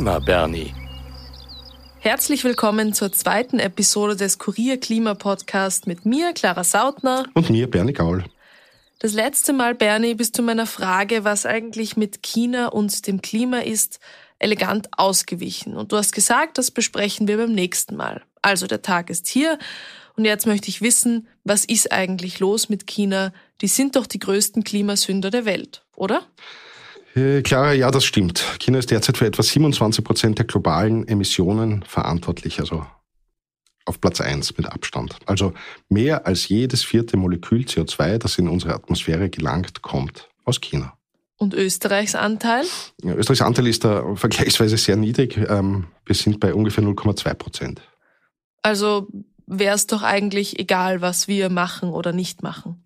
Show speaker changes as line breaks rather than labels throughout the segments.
Klima-Bernie.
Herzlich willkommen zur zweiten Episode des Kurier-Klima-Podcast mit mir, Clara Sautner.
Und mir, Bernie Gaul.
Das letzte Mal, Bernie, bist du meiner Frage, was eigentlich mit China und dem Klima ist, elegant ausgewichen. Und du hast gesagt, das besprechen wir beim nächsten Mal. Also der Tag ist hier und jetzt möchte ich wissen, was ist eigentlich los mit China? Die sind doch die größten Klimasünder der Welt, oder?
Clara, ja, das stimmt. China ist derzeit für etwa 27% der globalen Emissionen verantwortlich, also auf Platz 1 mit Abstand. Also mehr als jedes vierte Molekül CO2, das in unsere Atmosphäre gelangt, kommt aus China.
Und Österreichs Anteil?
Ja, Österreichs Anteil ist da vergleichsweise sehr niedrig. Wir sind bei ungefähr 0,2%.
Also wäre es doch eigentlich egal, was wir machen oder nicht machen.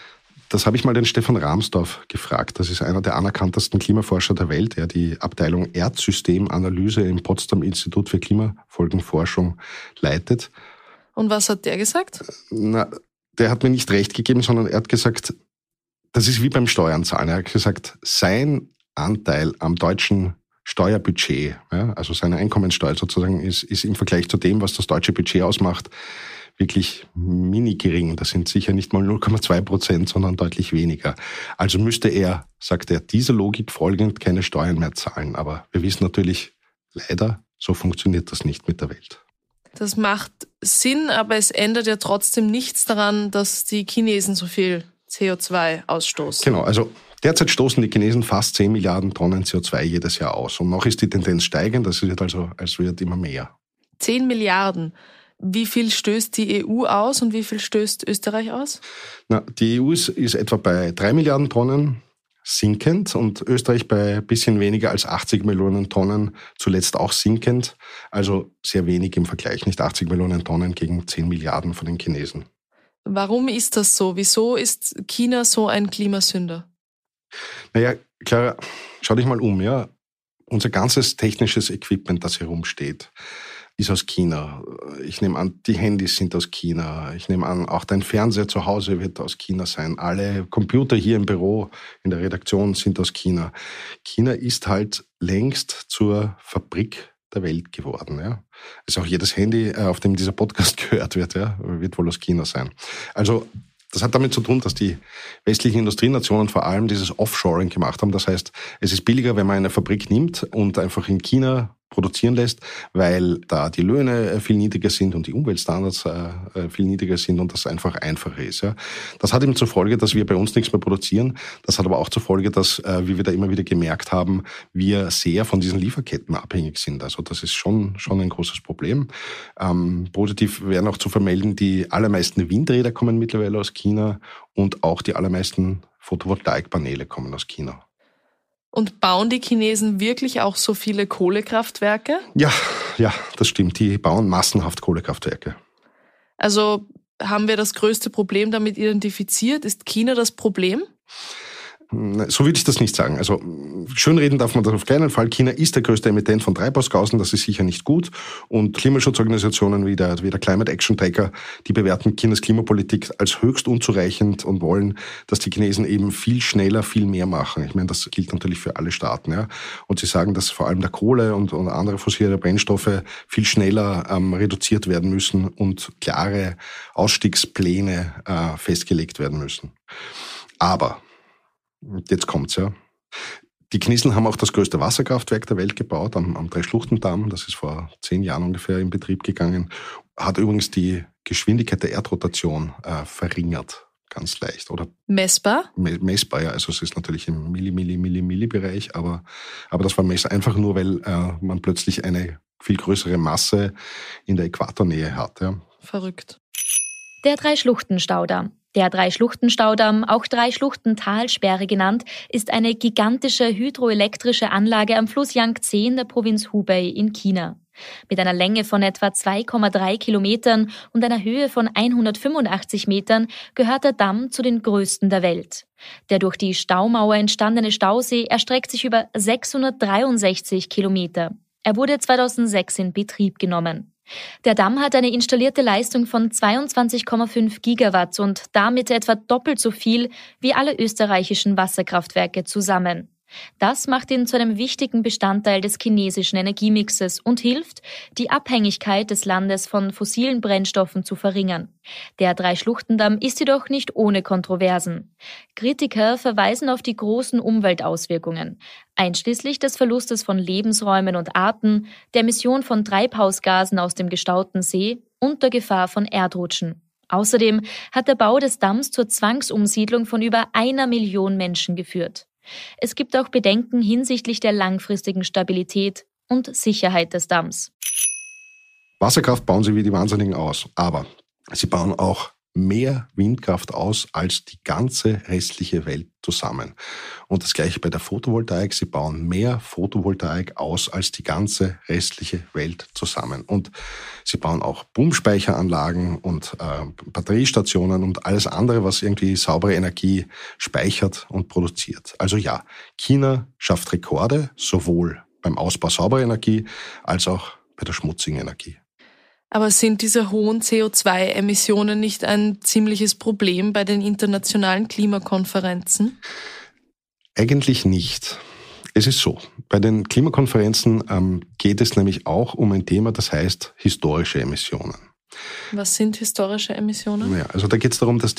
Das habe ich mal den Stefan Rahmsdorf gefragt. Das ist einer der anerkanntesten Klimaforscher der Welt, der die Abteilung Erdsystemanalyse im Potsdam Institut für Klimafolgenforschung leitet.
Und was hat der gesagt?
Na, der hat mir nicht recht gegeben, sondern er hat gesagt, das ist wie beim Steuern zahlen. Er hat gesagt, sein Anteil am deutschen Steuerbudget, ja, also seine Einkommenssteuer sozusagen, ist im Vergleich zu dem, was das deutsche Budget ausmacht, wirklich mini gering. Das sind sicher nicht mal 0,2%, sondern deutlich weniger. Also müsste er, sagt er, dieser Logik folgend keine Steuern mehr zahlen. Aber wir wissen natürlich, leider, so funktioniert das nicht mit der Welt.
Das macht Sinn, aber es ändert ja trotzdem nichts daran, dass die Chinesen so viel CO2 ausstoßen.
Genau, also derzeit stoßen die Chinesen fast 10 Milliarden Tonnen CO2 jedes Jahr aus. Und noch ist die Tendenz steigend, das wird also, es wird immer mehr.
10 Milliarden. Wie viel stößt die EU aus und wie viel stößt Österreich aus?
Na, die EU ist etwa bei 3 Milliarden Tonnen sinkend und Österreich bei ein bisschen weniger als 80 Millionen Tonnen, zuletzt auch sinkend. Also sehr wenig im Vergleich, nicht 80 Millionen Tonnen gegen 10 Milliarden von den Chinesen.
Warum ist das so? Wieso ist China so ein Klimasünder?
Naja, klar, schau dich mal um, ja. Unser ganzes technisches Equipment, das hier rumsteht, ist aus China. Ich nehme an, die Handys sind aus China. Ich nehme an, auch dein Fernseher zu Hause wird aus China sein. Alle Computer hier im Büro, in der Redaktion sind aus China. China ist halt längst zur Fabrik der Welt geworden. Ja. Also auch jedes Handy, auf dem dieser Podcast gehört wird, ja, wird wohl aus China sein. Also das hat damit zu tun, dass die westlichen Industrienationen vor allem dieses Offshoring gemacht haben. Das heißt, es ist billiger, wenn man eine Fabrik nimmt und einfach in China produzieren lässt, weil da die Löhne viel niedriger sind und die Umweltstandards viel niedriger sind und das einfach einfacher ist. Ja. Das hat eben zur Folge, dass wir bei uns nichts mehr produzieren. Das hat aber auch zur Folge, dass, wie wir da immer wieder gemerkt haben, wir sehr von diesen Lieferketten abhängig sind. Also das ist schon ein großes Problem. Positiv wäre noch zu vermelden, die allermeisten Windräder kommen mittlerweile aus China und auch die allermeisten Photovoltaikpaneele kommen aus China.
Und bauen die Chinesen wirklich auch so viele Kohlekraftwerke?
Ja, das stimmt. Die bauen massenhaft Kohlekraftwerke.
Also haben wir das größte Problem damit identifiziert? Ist China das Problem?
So würde ich das nicht sagen. Also schönreden darf man das auf keinen Fall. China ist der größte Emittent von Treibhausgasen, das ist sicher nicht gut. Und Klimaschutzorganisationen wie der Climate Action Tracker, die bewerten Chinas Klimapolitik als höchst unzureichend und wollen, dass die Chinesen eben viel schneller, viel mehr machen. Ich meine, das gilt natürlich für alle Staaten. Ja. Und sie sagen, dass vor allem der Kohle und andere fossile Brennstoffe viel schneller reduziert werden müssen und klare Ausstiegspläne festgelegt werden müssen. Aber jetzt kommt's, ja. Die Chinesen haben auch das größte Wasserkraftwerk der Welt gebaut, am Dreischluchtendamm. Das ist vor 10 Jahren ungefähr in Betrieb gegangen. Hat übrigens die Geschwindigkeit der Erdrotation verringert, ganz leicht. Oder
messbar?
Messbar, ja. Also es ist natürlich im Milli-Bereich, aber das war messbar einfach nur, weil man plötzlich eine viel größere Masse in der Äquatornähe hat, ja.
Verrückt.
Der Dreischluchtenstaudamm. Der Dreischluchtenstaudamm, auch Dreischluchtentalsperre genannt, ist eine gigantische hydroelektrische Anlage am Fluss Yangtze in der Provinz Hubei in China. Mit einer Länge von etwa 2,3 Kilometern und einer Höhe von 185 Metern gehört der Damm zu den größten der Welt. Der durch die Staumauer entstandene Stausee erstreckt sich über 663 Kilometer. Er wurde 2006 in Betrieb genommen. Der Damm hat eine installierte Leistung von 22,5 Gigawatt und damit etwa doppelt so viel wie alle österreichischen Wasserkraftwerke zusammen. Das macht ihn zu einem wichtigen Bestandteil des chinesischen Energiemixes und hilft, die Abhängigkeit des Landes von fossilen Brennstoffen zu verringern. Der Dreischluchtendamm ist jedoch nicht ohne Kontroversen. Kritiker verweisen auf die großen Umweltauswirkungen, einschließlich des Verlustes von Lebensräumen und Arten, der Emission von Treibhausgasen aus dem gestauten See und der Gefahr von Erdrutschen. Außerdem hat der Bau des Damms zur Zwangsumsiedlung von über 1 Million Menschen geführt. Es gibt auch Bedenken hinsichtlich der langfristigen Stabilität und Sicherheit des Damms.
Wasserkraft bauen sie wie die Wahnsinnigen aus, aber sie bauen auch mehr Windkraft aus als die ganze restliche Welt zusammen. Und das Gleiche bei der Photovoltaik. Sie bauen mehr Photovoltaik aus als die ganze restliche Welt zusammen. Und sie bauen auch Pumpspeicheranlagen und Batteriestationen und alles andere, was irgendwie saubere Energie speichert und produziert. Also ja, China schafft Rekorde, sowohl beim Ausbau sauberer Energie als auch bei der schmutzigen Energie.
Aber sind diese hohen CO2-Emissionen nicht ein ziemliches Problem bei den internationalen Klimakonferenzen?
Eigentlich nicht. Es ist so, bei den Klimakonferenzen geht es nämlich auch um ein Thema, das heißt historische Emissionen.
Was sind historische Emissionen?
Ja, also da geht es darum, dass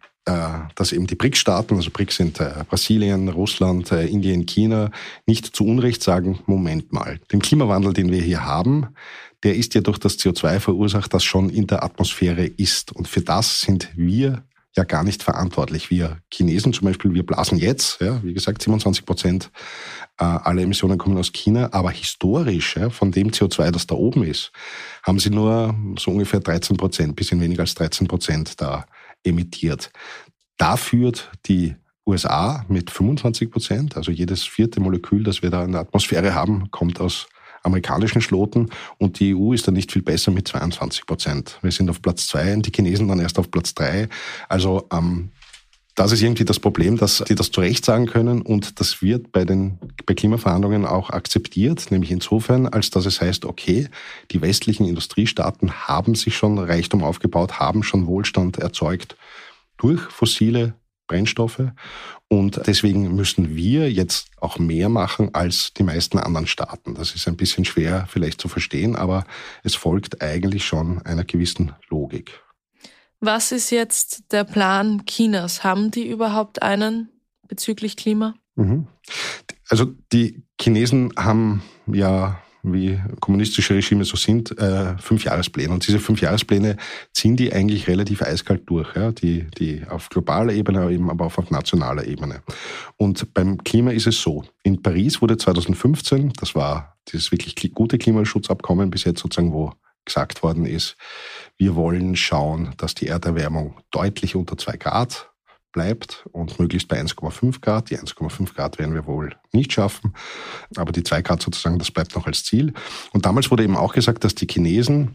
eben die BRICS-Staaten, also BRICS sind Brasilien, Russland, Indien, China, nicht zu Unrecht sagen, Moment mal, den Klimawandel, den wir hier haben, der ist ja durch das CO2 verursacht, das schon in der Atmosphäre ist. Und für das sind wir ja gar nicht verantwortlich. Wir Chinesen zum Beispiel, wir blasen jetzt, ja, wie gesagt, 27% aller Emissionen kommen aus China, aber historisch, ja, von dem CO2, das da oben ist, haben sie nur so ungefähr 13%, bisschen weniger als 13% da emittiert. Da führt die USA mit 25%, also jedes 4. Molekül, das wir da in der Atmosphäre haben, kommt aus amerikanischen Schloten, und die EU ist dann nicht viel besser mit 22%. Wir sind auf Platz 2 und die Chinesen dann erst auf Platz 3. Also das ist irgendwie das Problem, dass sie das zu Recht sagen können, und das wird bei Klimaverhandlungen auch akzeptiert, nämlich insofern, als dass es heißt, okay, die westlichen Industriestaaten haben sich schon Reichtum aufgebaut, haben schon Wohlstand erzeugt durch fossile Brennstoffe, und deswegen müssen wir jetzt auch mehr machen als die meisten anderen Staaten. Das ist ein bisschen schwer vielleicht zu verstehen, aber es folgt eigentlich schon einer gewissen Logik.
Was ist jetzt der Plan Chinas? Haben die überhaupt einen bezüglich Klima?
Also die Chinesen haben ja, wie kommunistische Regime so sind, 5-Jahrespläne. Und diese 5-Jahrespläne ziehen die eigentlich relativ eiskalt durch, ja? Die auf globaler Ebene, eben aber auch auf nationaler Ebene. Und beim Klima ist es so, in Paris wurde 2015, das war dieses wirklich gute Klimaschutzabkommen bis jetzt sozusagen, wo gesagt worden ist, wir wollen schauen, dass die Erderwärmung deutlich unter 2 Grad bleibt und möglichst bei 1,5 Grad. Die 1,5 Grad werden wir wohl nicht schaffen, aber die 2 Grad sozusagen, das bleibt noch als Ziel. Und damals wurde eben auch gesagt, dass die Chinesen,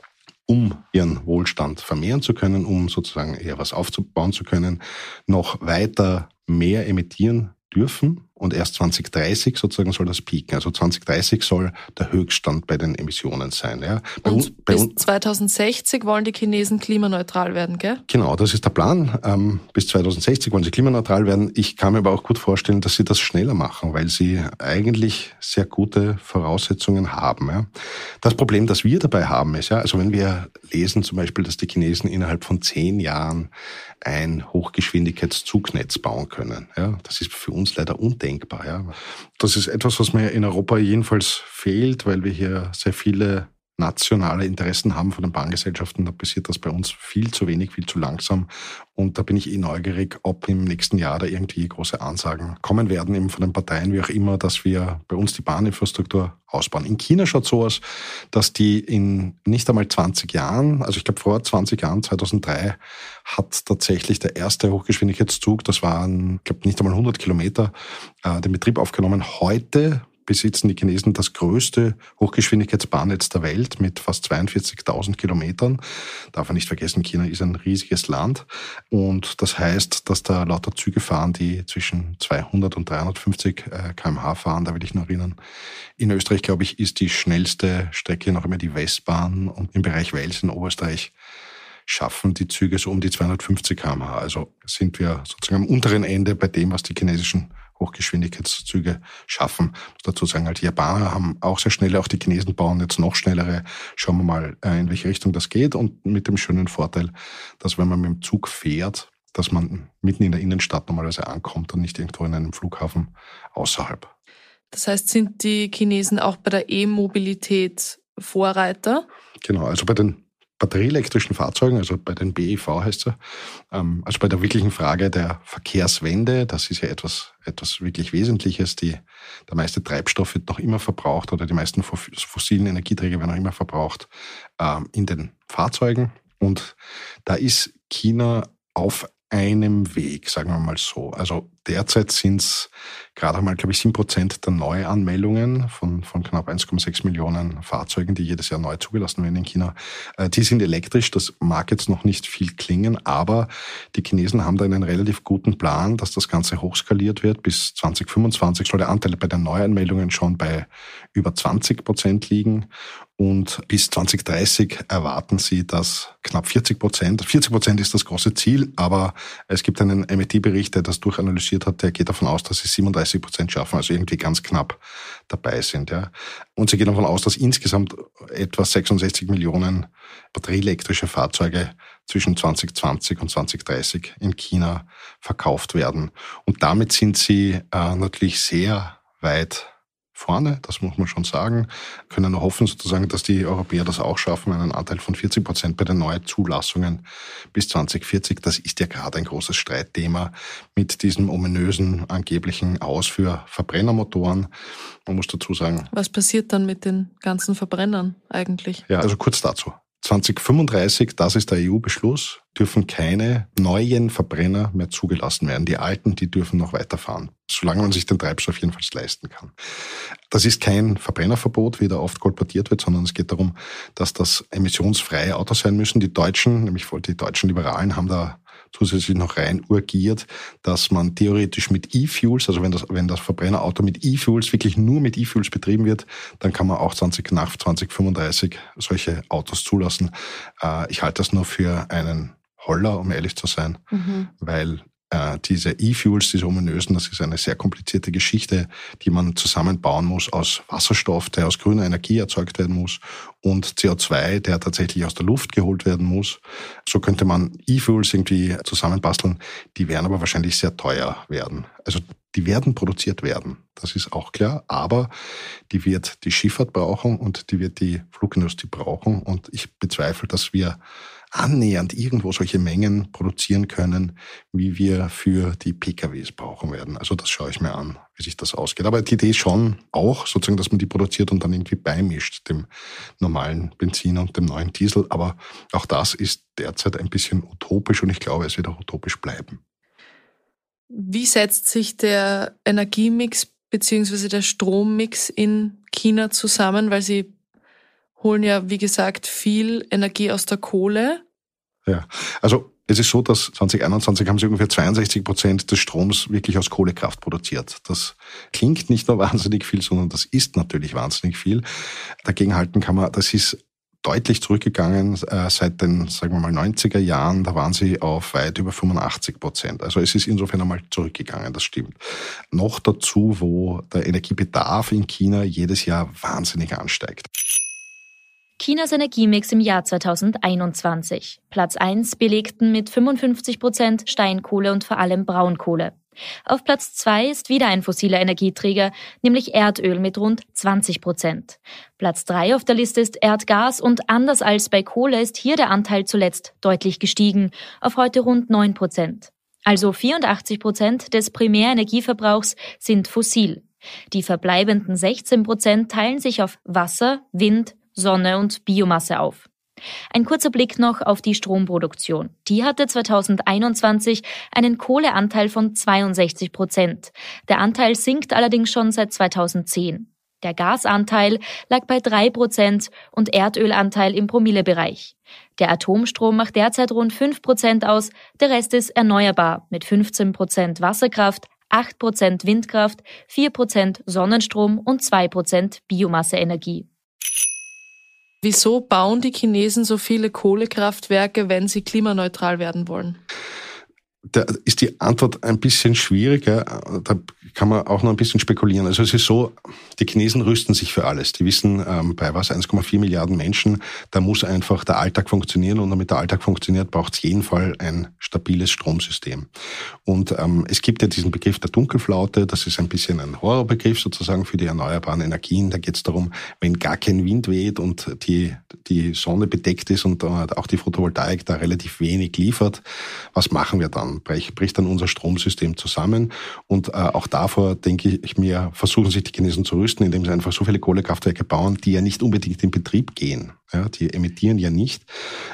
um ihren Wohlstand vermehren zu können, um sozusagen eher was aufzubauen zu können, noch weiter mehr emittieren dürfen. Und erst 2030 sozusagen soll das peaken. Also 2030 soll der Höchststand bei den Emissionen sein. Ja.
Bis 2060 wollen die Chinesen klimaneutral werden, gell?
Genau, das ist der Plan. Bis 2060 wollen sie klimaneutral werden. Ich kann mir aber auch gut vorstellen, dass sie das schneller machen, weil sie eigentlich sehr gute Voraussetzungen haben. Ja. Das Problem, das wir dabei haben, ist, ja, also wenn wir lesen zum Beispiel, dass die Chinesen innerhalb von 10 Jahren ein Hochgeschwindigkeitszugnetz bauen können. Ja, das ist für uns leider undenkbar. Ja. Das ist etwas, was mir in Europa jedenfalls fehlt, weil wir hier sehr viele nationale Interessen haben von den Bahngesellschaften. Da passiert das bei uns viel zu wenig, viel zu langsam. Und da bin ich neugierig, ob im nächsten Jahr da irgendwie große Ansagen kommen werden, eben von den Parteien, wie auch immer, dass wir bei uns die Bahninfrastruktur ausbauen. In China schaut es so aus, dass die in nicht einmal 20 Jahren, also ich glaube vor 20 Jahren, 2003, hat tatsächlich der erste Hochgeschwindigkeitszug, das waren, ich glaube, nicht einmal 100 Kilometer, den Betrieb aufgenommen. Heute besitzen die Chinesen das größte Hochgeschwindigkeitsbahnnetz der Welt mit fast 42.000 Kilometern. Darf man nicht vergessen, China ist ein riesiges Land. Und das heißt, dass da lauter Züge fahren, die zwischen 200 und 350 km/h fahren. Da will ich nur erinnern. In Österreich, glaube ich, ist die schnellste Strecke noch immer die Westbahn. Und im Bereich Wels in Oberösterreich schaffen die Züge so um die 250 km/h. Also sind wir sozusagen am unteren Ende bei dem, was die chinesischen Hochgeschwindigkeitszüge schaffen. Ich muss dazu sagen, die Japaner haben auch sehr schnelle, auch die Chinesen bauen jetzt noch schnellere. Schauen wir mal, in welche Richtung das geht, und mit dem schönen Vorteil, dass wenn man mit dem Zug fährt, dass man mitten in der Innenstadt normalerweise ankommt und nicht irgendwo in einem Flughafen außerhalb.
Das heißt, sind die Chinesen auch bei der E-Mobilität Vorreiter?
Genau, also bei den batterieelektrischen Fahrzeugen, also bei den BEV heißt es, also bei der wirklichen Frage der Verkehrswende, das ist ja etwas wirklich Wesentliches. Der meiste Treibstoff wird noch immer verbraucht, oder die meisten fossilen Energieträger werden noch immer verbraucht in den Fahrzeugen. Und da ist China auf einem Weg, sagen wir mal so. Also derzeit sind es gerade einmal, glaube ich, 7% der Neuanmeldungen von knapp 1,6 Millionen Fahrzeugen, die jedes Jahr neu zugelassen werden in China. Die sind elektrisch. Das mag jetzt noch nicht viel klingen, aber die Chinesen haben da einen relativ guten Plan, dass das Ganze hochskaliert wird. Bis 2025 soll der Anteil bei den Neuanmeldungen schon bei über 20% liegen. Und bis 2030 erwarten sie, dass knapp 40% ist das große Ziel, aber es gibt einen MIT-Bericht, der das durchanalysiert hat, der geht davon aus, dass sie 37% schaffen, also irgendwie ganz knapp dabei sind. Ja. Und sie gehen davon aus, dass insgesamt etwa 66 Millionen batterieelektrische Fahrzeuge zwischen 2020 und 2030 in China verkauft werden. Und damit sind sie natürlich sehr weit vorne, das muss man schon sagen. Können nur hoffen sozusagen, dass die Europäer das auch schaffen, einen Anteil von 40% bei den neuen Zulassungen bis 2040. Das ist ja gerade ein großes Streitthema mit diesem ominösen angeblichen Aus für Verbrennermotoren. Man muss dazu sagen.
Was passiert dann mit den ganzen Verbrennern eigentlich?
Ja, also kurz dazu. 2035, das ist der EU-Beschluss, dürfen keine neuen Verbrenner mehr zugelassen werden. Die alten, die dürfen noch weiterfahren, solange man sich den Treibstoff jedenfalls leisten kann. Das ist kein Verbrennerverbot, wie da oft kolportiert wird, sondern es geht darum, dass das emissionsfreie Autos sein müssen. Die Deutschen, nämlich die deutschen Liberalen, haben da zusätzlich noch rein urgiert, dass man theoretisch mit E-Fuels, also wenn das Verbrennerauto mit E-Fuels, wirklich nur mit E-Fuels betrieben wird, dann kann man auch nach 2035 solche Autos zulassen. Ich halte das nur für einen Holler, um ehrlich zu sein, weil diese E-Fuels, diese ominösen, das ist eine sehr komplizierte Geschichte, die man zusammenbauen muss aus Wasserstoff, der aus grüner Energie erzeugt werden muss, und CO2, der tatsächlich aus der Luft geholt werden muss. So könnte man E-Fuels irgendwie zusammenbasteln. Die werden aber wahrscheinlich sehr teuer werden. Also die werden produziert werden, das ist auch klar, aber die wird die Schifffahrt brauchen und die wird die Flugindustrie brauchen, und ich bezweifle, dass wir annähernd irgendwo solche Mengen produzieren können, wie wir für die PKWs brauchen werden. Also das schaue ich mir an, wie sich das ausgeht. Aber die Idee ist schon auch sozusagen, dass man die produziert und dann irgendwie beimischt, dem normalen Benzin und dem neuen Diesel. Aber auch das ist derzeit ein bisschen utopisch, und ich glaube, es wird auch utopisch bleiben.
Wie setzt sich der Energiemix bzw. der Strommix in China zusammen? Weil sie holen ja, wie gesagt, viel Energie aus der Kohle.
Ja, also es ist so, dass 2021 haben sie ungefähr 62% des Stroms wirklich aus Kohlekraft produziert. Das klingt nicht nur wahnsinnig viel, sondern das ist natürlich wahnsinnig viel. Dagegenhalten kann man, das ist deutlich zurückgegangen seit den, sagen wir mal, 90er Jahren. Da waren sie auf weit über 85%. Also es ist insofern einmal zurückgegangen, das stimmt. Noch dazu, wo der Energiebedarf in China jedes Jahr wahnsinnig ansteigt.
Chinas Energiemix im Jahr 2021. Platz 1 belegten mit 55% Steinkohle und vor allem Braunkohle. Auf Platz 2 ist wieder ein fossiler Energieträger, nämlich Erdöl mit rund 20%. Platz 3 auf der Liste ist Erdgas, und anders als bei Kohle ist hier der Anteil zuletzt deutlich gestiegen, auf heute rund 9%. Also 84% des Primärenergieverbrauchs sind fossil. Die verbleibenden 16% teilen sich auf Wasser, Wind, Sonne und Biomasse auf. Ein kurzer Blick noch auf die Stromproduktion. Die hatte 2021 einen Kohleanteil von 62%. Der Anteil sinkt allerdings schon seit 2010. Der Gasanteil lag bei 3% und Erdölanteil im Promillebereich. Der Atomstrom macht derzeit rund 5% aus, der Rest ist erneuerbar mit 15% Wasserkraft, 8% Windkraft, 4% Sonnenstrom und 2% Biomasseenergie.
Wieso bauen die Chinesen so viele Kohlekraftwerke, wenn sie klimaneutral werden wollen?
Da ist die Antwort ein bisschen schwieriger. Da kann man auch noch ein bisschen spekulieren. Also es ist so, die Chinesen rüsten sich für alles. Die wissen, bei 1,4 Milliarden Menschen, da muss einfach der Alltag funktionieren. Und damit der Alltag funktioniert, braucht es jeden Fall ein stabiles Stromsystem. Und es gibt ja diesen Begriff der Dunkelflaute. Das ist ein bisschen ein Horrorbegriff sozusagen für die erneuerbaren Energien. Da geht es darum, wenn gar kein Wind weht und die Sonne bedeckt ist und auch die Photovoltaik da relativ wenig liefert, was machen wir dann? Bricht dann unser Stromsystem zusammen. Und auch davor, denke ich mir, versuchen sich die Chinesen zu rüsten, indem sie einfach so viele Kohlekraftwerke bauen, die ja nicht unbedingt in Betrieb gehen. Ja, die emittieren ja nicht,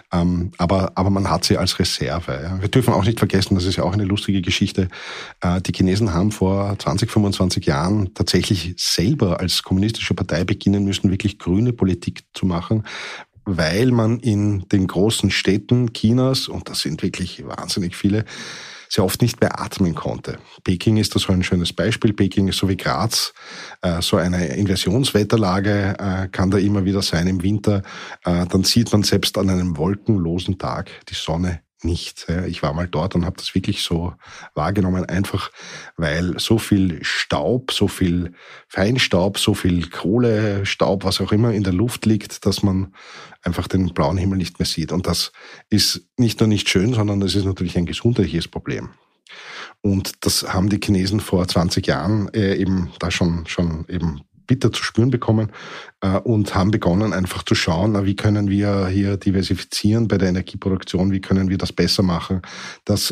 aber man hat sie als Reserve. Ja. Wir dürfen auch nicht vergessen, das ist ja auch eine lustige Geschichte, die Chinesen haben vor 20, 25 Jahren tatsächlich selber als kommunistische Partei beginnen müssen, wirklich grüne Politik zu machen, weil man in den großen Städten Chinas, und das sind wirklich wahnsinnig viele, sehr oft nicht mehr atmen konnte. Peking ist da so ein schönes Beispiel. Peking ist so wie Graz, so eine Inversionswetterlage kann da immer wieder sein im Winter. Dann sieht man selbst an einem wolkenlosen Tag die Sonne nicht. Ich war mal dort und habe das wirklich so wahrgenommen, einfach weil so viel Staub, so viel Feinstaub, so viel Kohlestaub, was auch immer in der Luft liegt, dass man einfach den blauen Himmel nicht mehr sieht. Und das ist nicht nur nicht schön, sondern das ist natürlich ein gesundheitliches Problem. Und das haben die Chinesen vor 20 Jahren eben da schon eben bitter zu spüren bekommen und haben begonnen einfach zu schauen, wie können wir hier diversifizieren bei der Energieproduktion, wie können wir das besser machen, dass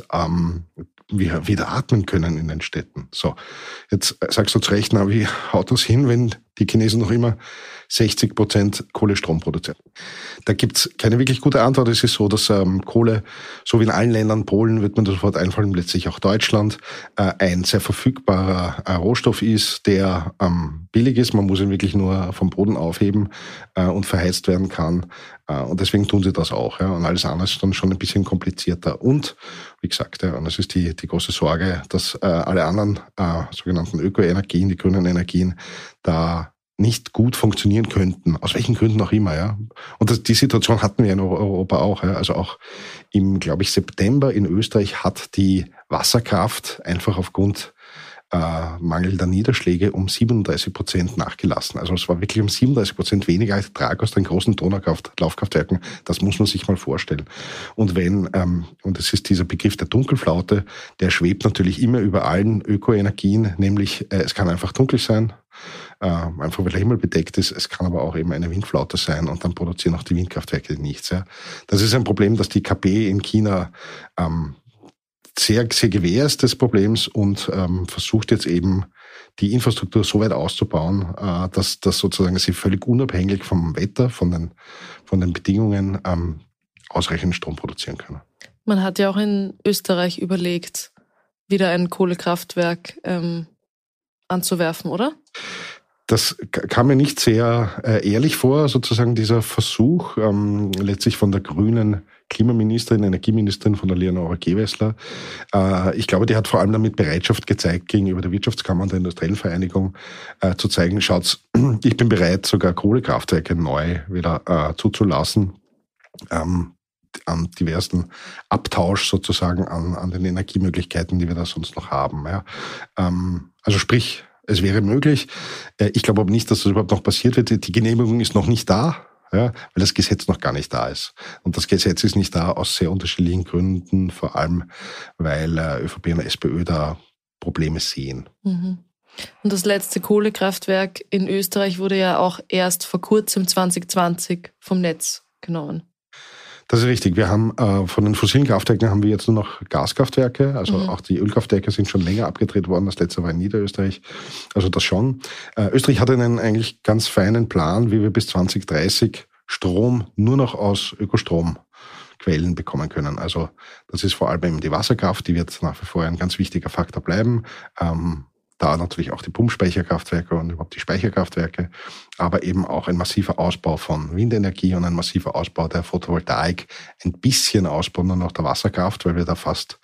wir wieder atmen können in den Städten. So, jetzt sagst du zu Recht, wie haut das hin, wenn die Chinesen noch immer 60% Kohlestrom produzieren? Da gibt's keine wirklich gute Antwort. Es ist so, dass Kohle, so wie in allen Ländern, Polen wird mir das sofort einfallen, letztlich auch Deutschland, ein sehr verfügbarer Rohstoff ist, der billig ist. Man muss ihn wirklich nur vom Boden aufheben und verheizt werden kann. Und deswegen tun sie das auch. Ja. Und alles andere ist dann schon ein bisschen komplizierter. Und wie gesagt, und das ist die große Sorge, dass alle anderen sogenannten Ökoenergien, die grünen Energien, da nicht gut funktionieren könnten, aus welchen Gründen auch immer, ja. Und die Situation hatten wir in Europa auch, ja. Also auch im, glaube ich, September in Österreich hat die Wasserkraft einfach aufgrund mangelnder Niederschläge um 37% nachgelassen. Also es war wirklich um 37% weniger Ertrag aus den großen Donaukraftlaufkraftwerken. Das muss man sich mal vorstellen. Und und es ist dieser Begriff der Dunkelflaute, der schwebt natürlich immer über allen Ökoenergien, nämlich es kann einfach dunkel sein, einfach weil der Himmel bedeckt ist. Es kann aber auch eben eine Windflaute sein und dann produzieren auch die Windkraftwerke nichts. Ja. Das ist ein Problem, das die KP in China sehr, sehr gewähr ist des Problems und versucht jetzt eben die Infrastruktur so weit auszubauen, dass sozusagen sie völlig unabhängig vom Wetter, von den Bedingungen ausreichend Strom produzieren können.
Man hat ja auch in Österreich überlegt, wieder ein Kohlekraftwerk anzuwerfen, oder?
Das kam mir nicht sehr ehrlich vor, sozusagen dieser Versuch, letztlich von der grünen Klimaministerin, Energieministerin von der Leonore Gewessler. Ich glaube, die hat vor allem damit Bereitschaft gezeigt, gegenüber der Wirtschaftskammer und der Industriellen Vereinigung zu zeigen, schaut's, ich bin bereit, sogar Kohlekraftwerke neu wieder zuzulassen, an diversen Abtausch sozusagen an den Energiemöglichkeiten, die wir da sonst noch haben. Ja. Also sprich, es wäre möglich. Ich glaube aber nicht, dass das überhaupt noch passiert wird. Die Genehmigung ist noch nicht da. Ja, weil das Gesetz noch gar nicht da ist. Und das Gesetz ist nicht da aus sehr unterschiedlichen Gründen, vor allem weil ÖVP und SPÖ da Probleme sehen.
Mhm. Und das letzte Kohlekraftwerk in Österreich wurde ja auch erst vor kurzem 2020 vom Netz genommen.
Das ist richtig. Wir haben von den fossilen Kraftwerken haben wir jetzt nur noch Gaskraftwerke. Also auch die Ölkraftwerke sind schon länger abgedreht worden. Das letzte war in Niederösterreich. Also das schon. Österreich hat einen eigentlich ganz feinen Plan, wie wir bis 2030 Strom nur noch aus Ökostromquellen bekommen können. Also das ist vor allem eben die Wasserkraft, die wird nach wie vor ein ganz wichtiger Faktor bleiben. Da natürlich auch die Pumpspeicherkraftwerke und überhaupt die Speicherkraftwerke, aber eben auch ein massiver Ausbau von Windenergie und ein massiver Ausbau der Photovoltaik, ein bisschen Ausbau nur noch der Wasserkraft, weil wir da fast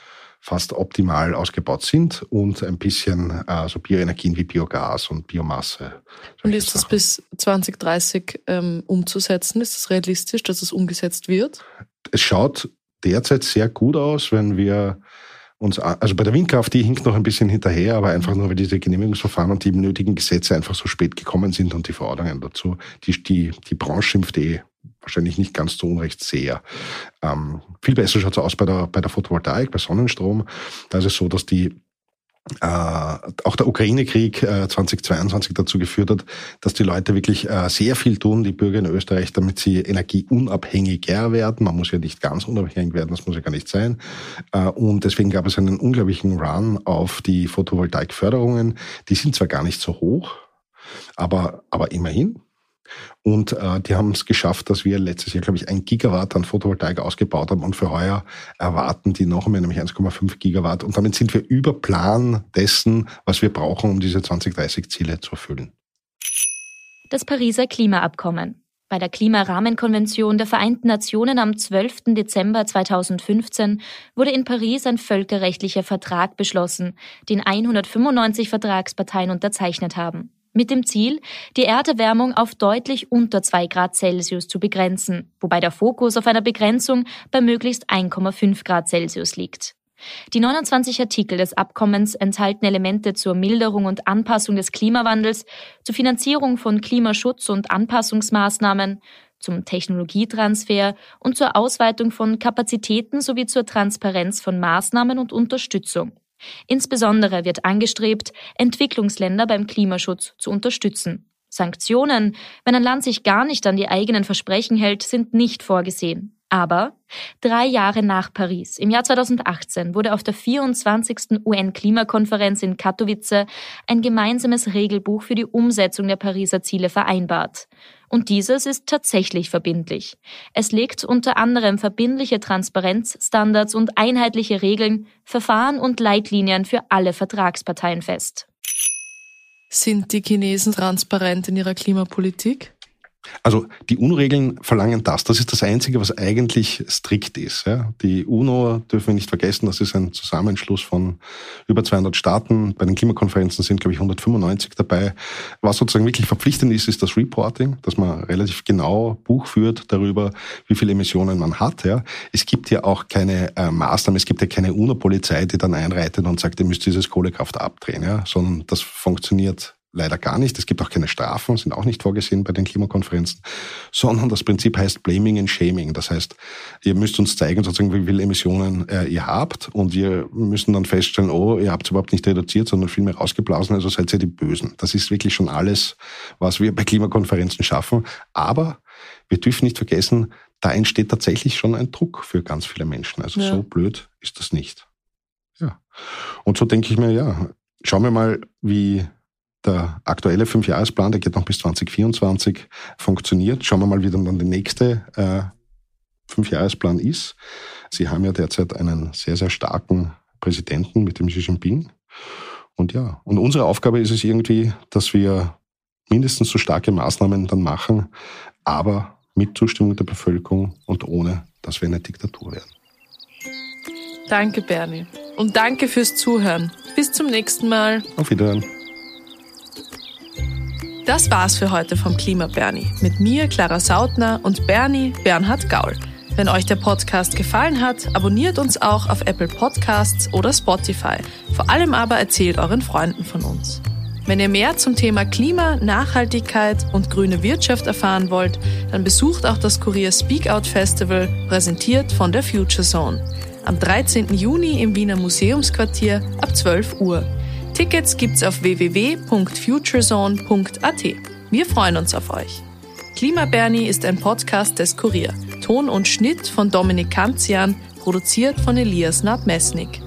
optimal ausgebaut sind und ein bisschen so Bioenergien wie Biogas und Biomasse.
Und ist das bis 2030 umzusetzen? Ist das realistisch, dass es umgesetzt wird?
Es schaut derzeit sehr gut aus, wenn wir also bei der Windkraft, die hinkt noch ein bisschen hinterher, aber einfach nur, weil diese Genehmigungsverfahren und die nötigen Gesetze einfach so spät gekommen sind und die Verordnungen dazu. Die Branche schimpft wahrscheinlich nicht ganz zu Unrecht sehr. Viel besser schaut es aus bei der Photovoltaik, bei Sonnenstrom. Da ist es so, dass auch der Ukraine-Krieg 2022 dazu geführt hat, dass die Leute wirklich sehr viel tun, die Bürger in Österreich, damit sie energieunabhängiger werden. Man muss ja nicht ganz unabhängig werden, das muss ja gar nicht sein. Und deswegen gab es einen unglaublichen Run auf die Photovoltaik-Förderungen. Die sind zwar gar nicht so hoch, aber immerhin. Und die haben es geschafft, dass wir letztes Jahr, glaube ich, 1 Gigawatt an Photovoltaik ausgebaut haben und für heuer erwarten die noch einmal, nämlich 1,5 Gigawatt. Und damit sind wir über Plan dessen, was wir brauchen, um diese 2030-Ziele zu erfüllen.
Das Pariser Klimaabkommen. Bei der Klimarahmenkonvention der Vereinten Nationen am 12. Dezember 2015 wurde in Paris ein völkerrechtlicher Vertrag beschlossen, den 195 Vertragsparteien unterzeichnet haben. Mit dem Ziel, die Erderwärmung auf deutlich unter 2 Grad Celsius zu begrenzen, wobei der Fokus auf einer Begrenzung bei möglichst 1,5 Grad Celsius liegt. Die 29 Artikel des Abkommens enthalten Elemente zur Milderung und Anpassung des Klimawandels, zur Finanzierung von Klimaschutz- und Anpassungsmaßnahmen, zum Technologietransfer und zur Ausweitung von Kapazitäten sowie zur Transparenz von Maßnahmen und Unterstützung. Insbesondere wird angestrebt, Entwicklungsländer beim Klimaschutz zu unterstützen. Sanktionen, wenn ein Land sich gar nicht an die eigenen Versprechen hält, sind nicht vorgesehen. Aber 3 Jahre nach Paris, im Jahr 2018, wurde auf der 24. UN-Klimakonferenz in Katowice ein gemeinsames Regelbuch für die Umsetzung der Pariser Ziele vereinbart. Und dieses ist tatsächlich verbindlich. Es legt unter anderem verbindliche Transparenzstandards und einheitliche Regeln, Verfahren und Leitlinien für alle Vertragsparteien fest.
Sind die Chinesen transparent in ihrer Klimapolitik?
Also die UNO-Regeln verlangen das. Das ist das Einzige, was eigentlich strikt ist. Ja. Die UNO, dürfen wir nicht vergessen, das ist ein Zusammenschluss von über 200 Staaten. Bei den Klimakonferenzen sind, glaube ich, 195 dabei. Was sozusagen wirklich verpflichtend ist das Reporting, dass man relativ genau Buch führt darüber, wie viele Emissionen man hat. Ja. Es gibt ja auch keine Maßnahmen, es gibt ja keine UNO-Polizei, die dann einreitet und sagt, ihr müsst dieses Kohlekraft abdrehen, ja. Sondern das funktioniert leider gar nicht. Es gibt auch keine Strafen, sind auch nicht vorgesehen bei den Klimakonferenzen, sondern das Prinzip heißt Blaming and Shaming. Das heißt, ihr müsst uns zeigen, sozusagen, wie viele Emissionen ihr habt und wir müssen dann feststellen, oh, ihr habt es überhaupt nicht reduziert, sondern viel mehr rausgeblasen, also seid ihr die Bösen. Das ist wirklich schon alles, was wir bei Klimakonferenzen schaffen. Aber wir dürfen nicht vergessen, da entsteht tatsächlich schon ein Druck für ganz viele Menschen. Also so blöd ist das nicht. Ja. Und so denke ich mir, ja, schauen wir mal, wie der aktuelle 5-Jahresplan, der geht noch bis 2024, funktioniert. Schauen wir mal, wie dann der nächste 5-Jahresplan ist. Sie haben ja derzeit einen sehr, sehr starken Präsidenten mit dem Xi Jinping. Und ja, und unsere Aufgabe ist es irgendwie, dass wir mindestens so starke Maßnahmen dann machen, aber mit Zustimmung der Bevölkerung und ohne, dass wir eine Diktatur werden.
Danke, Bernie. Und danke fürs Zuhören. Bis zum nächsten Mal.
Auf Wiedersehen.
Das war's für heute vom Klima Bernie. Mit mir, Clara Sautner, und Bernie, Bernhard Gaul. Wenn euch der Podcast gefallen hat, abonniert uns auch auf Apple Podcasts oder Spotify. Vor allem aber erzählt euren Freunden von uns. Wenn ihr mehr zum Thema Klima, Nachhaltigkeit und grüne Wirtschaft erfahren wollt, dann besucht auch das Kurier Speak Out Festival, präsentiert von der Future Zone. Am 13. Juni im Wiener Museumsquartier ab 12 Uhr. Tickets gibt's auf www.futurezone.at. Wir freuen uns auf euch. Klima Bernie ist ein Podcast des Kurier. Ton und Schnitt von Dominik Kanzian, produziert von Elias Nabmesnik.